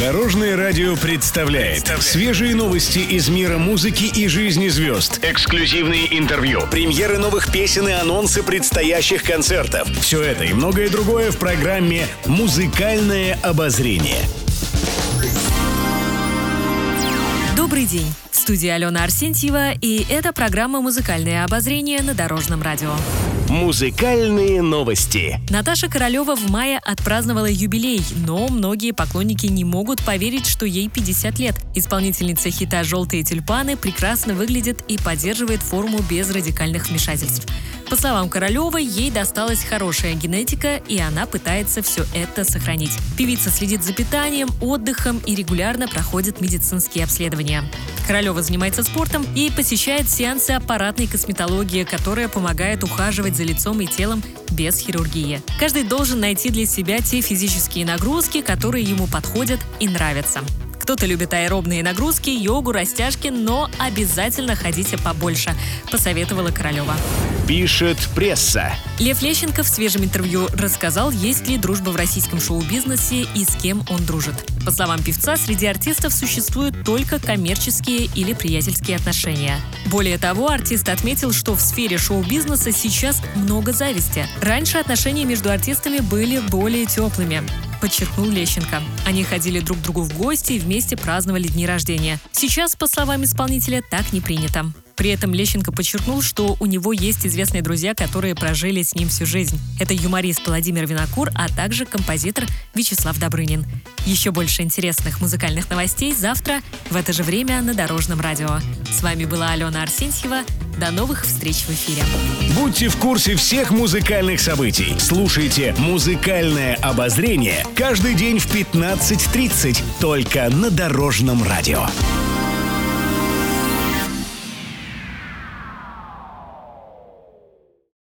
Дорожное радио представляет свежие новости из мира музыки и жизни звезд. Эксклюзивные интервью, премьеры новых песен и анонсы предстоящих концертов. Все это и многое другое в программе «Музыкальное обозрение». Добрый день! В студии Алена Арсентьева, и это программа «Музыкальное обозрение» на Дорожном радио. Музыкальные новости. Наташа Королева в мае отпраздновала юбилей, но многие поклонники не могут поверить, что ей 50 лет. Исполнительница хита «Желтые тюльпаны» прекрасно выглядит и поддерживает форму без радикальных вмешательств. По словам Королевой, ей досталась хорошая генетика, и она пытается все это сохранить. Певица следит за питанием, отдыхом и регулярно проходит медицинские обследования. Королева занимается спортом и посещает сеансы аппаратной косметологии, которая помогает ухаживать за лицом и телом без хирургии. Каждый должен найти для себя те физические нагрузки, которые ему подходят и нравятся. Кто-то любит аэробные нагрузки, йогу, растяжки, но обязательно ходите побольше, посоветовала Королева. Пишет пресса. Лев Лещенко в свежем интервью рассказал, есть ли дружба в российском шоу-бизнесе и с кем он дружит. По словам певца, среди артистов существуют только коммерческие или приятельские отношения. Более того, артист отметил, что в сфере шоу-бизнеса сейчас много зависти. Раньше отношения между артистами были более теплыми, подчеркнул Лещенко. Они ходили друг к другу в гости и вместе праздновали дни рождения. Сейчас, по словам исполнителя, так не принято. При этом Лещенко подчеркнул, что у него есть известные друзья, которые прожили с ним всю жизнь. Это юморист Владимир Винокур, а также композитор Вячеслав Добрынин. Еще больше интересных музыкальных новостей завтра в это же время на Дорожном радио. С вами была Алена Арсентьева. До новых встреч в эфире. Будьте в курсе всех музыкальных событий. Слушайте «Музыкальное обозрение» каждый день в 15:30 только на Дорожном радио.